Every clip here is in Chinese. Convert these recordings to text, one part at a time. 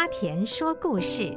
田说故事。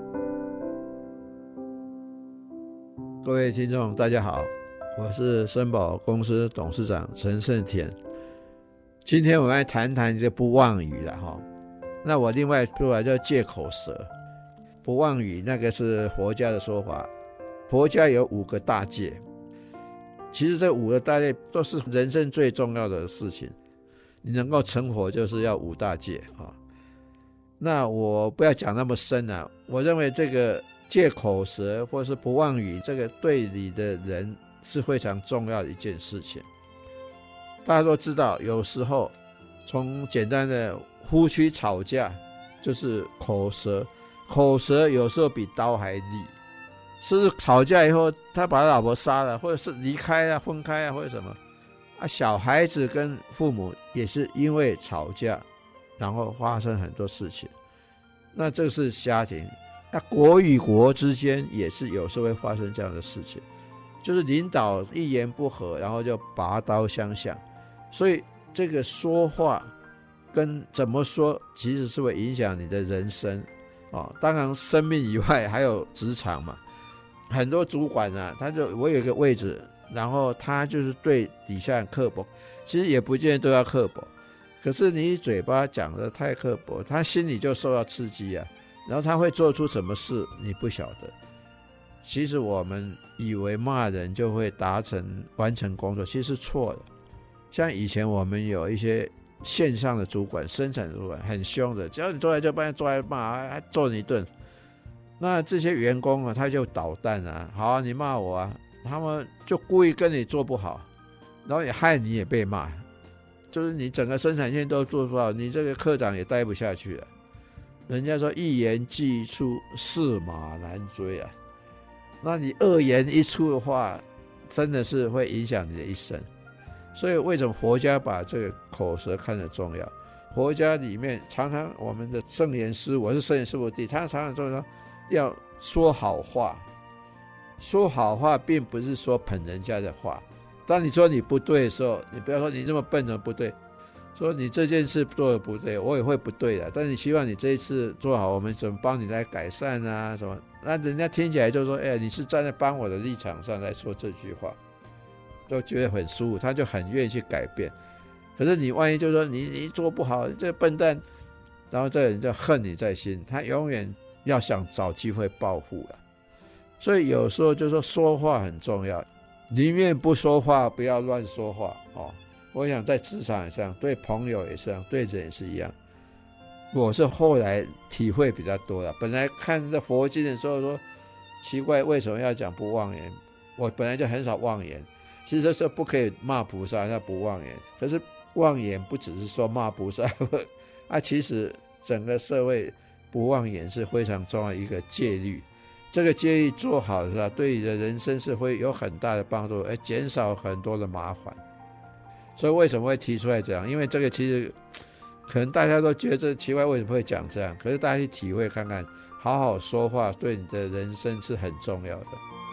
各位听众大家好，我是森宝公司董事长陈胜田。今天我们来谈谈这不妄语了哈。那我另外说来叫戒口舌。不妄语那个是佛家的说法，佛家有5个大戒，其实这5个大戒都是人生最重要的事情，你能够成佛就是要5大戒啊。那我不要讲那么深啊，我认为这个戒口舌或是不妄语，这个对你的人是非常重要的一件事情。大家都知道，有时候从简单的夫妻吵架就是口舌，口舌有时候比刀还利，甚至吵架以后他把他老婆杀了，或者是离开啊分开啊或者什么啊，小孩子跟父母也是因为吵架然后发生很多事情。那这是家庭，那国与国之间也是有时候会发生这样的事情，就是领导一言不合然后就拔刀相向。所以这个说话跟怎么说其实是会影响你的人生当然生命以外还有职场嘛。很多主管啊，我有一个位置，然后他就是对底下很刻薄，其实也不见得都要刻薄，可是你嘴巴讲得太刻薄，他心里就受到刺激啊，然后他会做出什么事你不晓得。其实我们以为骂人就会完成工作，其实是错的。像以前我们有一些线上的主管，生产主管很凶的，只要你坐在这边坐来骂，还揍你一顿。那这些员工啊，他就捣蛋啊，好啊，你骂我啊，他们就故意跟你做不好，然后也害你也被骂，就是你整个生产线都做不好，你这个科长也待不下去了。人家说一言既出，驷马难追啊，那你恶言一出的话，真的是会影响你的一生。所以为什么佛家把这个口舌看得重要？佛家里面常常我们的圣严师，我是圣严师父弟，他常常说要说好话。说好话并不是说捧人家的话，当你说你不对的时候，你不要说你这么笨怎么不对，说你这件事做的不对，我也会不对的，但是希望你这一次做好，我们怎么帮你来改善啊什么，那人家听起来就说你是站在帮我的立场上来说这句话，都觉得很舒服，他就很愿意去改变。可是你万一就说你做不好，这个笨蛋，然后这个人就恨你在心，他永远要想找机会报复了。所以有时候就说话很重要，宁愿不说话不要乱说话我想在职场上，对朋友也是这样，对人也是一样。我是后来体会比较多了，本来看这佛经的时候说奇怪为什么要讲不妄言，我本来就很少妄言，其实是不可以骂菩萨要不妄言，可是妄言不只是说骂菩萨其实整个社会不妄言是非常重要的一个戒律，这个戒律做好的话，对你的人生是会有很大的帮助，减少很多的麻烦。所以为什么会提出来这样？因为这个其实可能大家都觉得奇怪为什么会讲这样，可是大家去体会看看，好好说话对你的人生是很重要的。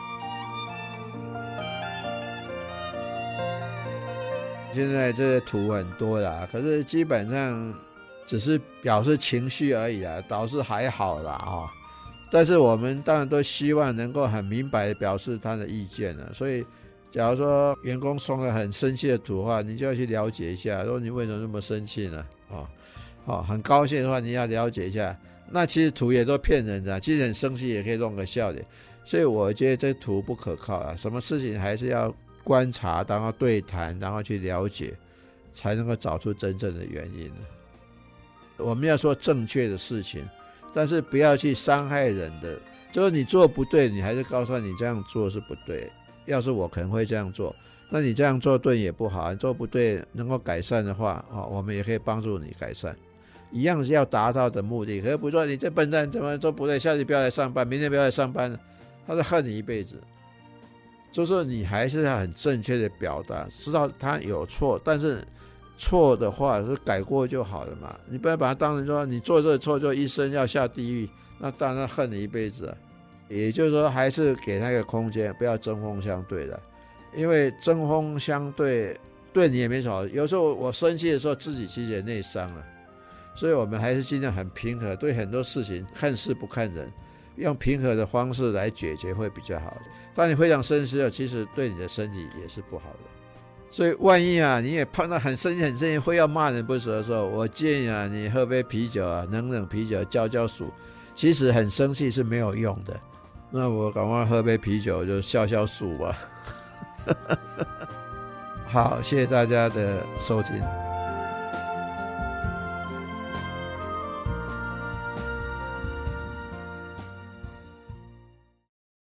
现在这些图很多啦，可是基本上只是表示情绪而已啦，倒是还好啦但是我们当然都希望能够很明白地表示他的意见了，所以假如说员工送了很生气的图的话，你就要去了解一下，说你为什么那么生气呢很高兴的话你要了解一下，那其实图也都骗人的，其实很生气也可以弄个笑脸。所以我觉得这图不可靠啊，什么事情还是要观察，然后对谈，然后去了解，才能够找出真正的原因。我们要说正确的事情，但是不要去伤害人的，就是你做不对，你还是告诉他你这样做是不对，要是我可能会这样做，那你这样做对也不好，你做不对能够改善的话我们也可以帮助你改善，一样是要达到的目的。可是不说你这笨蛋怎么做不对，下次不要来上班，明天不要来上班了，他是恨你一辈子。就是你还是要很正确的表达，知道他有错，但是错的话是改过就好了嘛，你不要把它当成说你做这个错就一生要下地狱，那当然恨你一辈子也就是说还是给他一个空间，不要针锋相对的，因为针锋相对对你也没什么好。有时候我生气的时候自己其实也内伤了， 所以我们还是尽量很平和，对很多事情看事不看人，用平和的方式来解决会比较好。当你非常生气了，其实对你的身体也是不好的。所以万一你也碰到很生气会要骂人不舍的时候，我建议你喝杯啤酒冷啤酒浇暑，其实很生气是没有用的。那我赶快喝杯啤酒就消暑吧。好，谢谢大家的收听。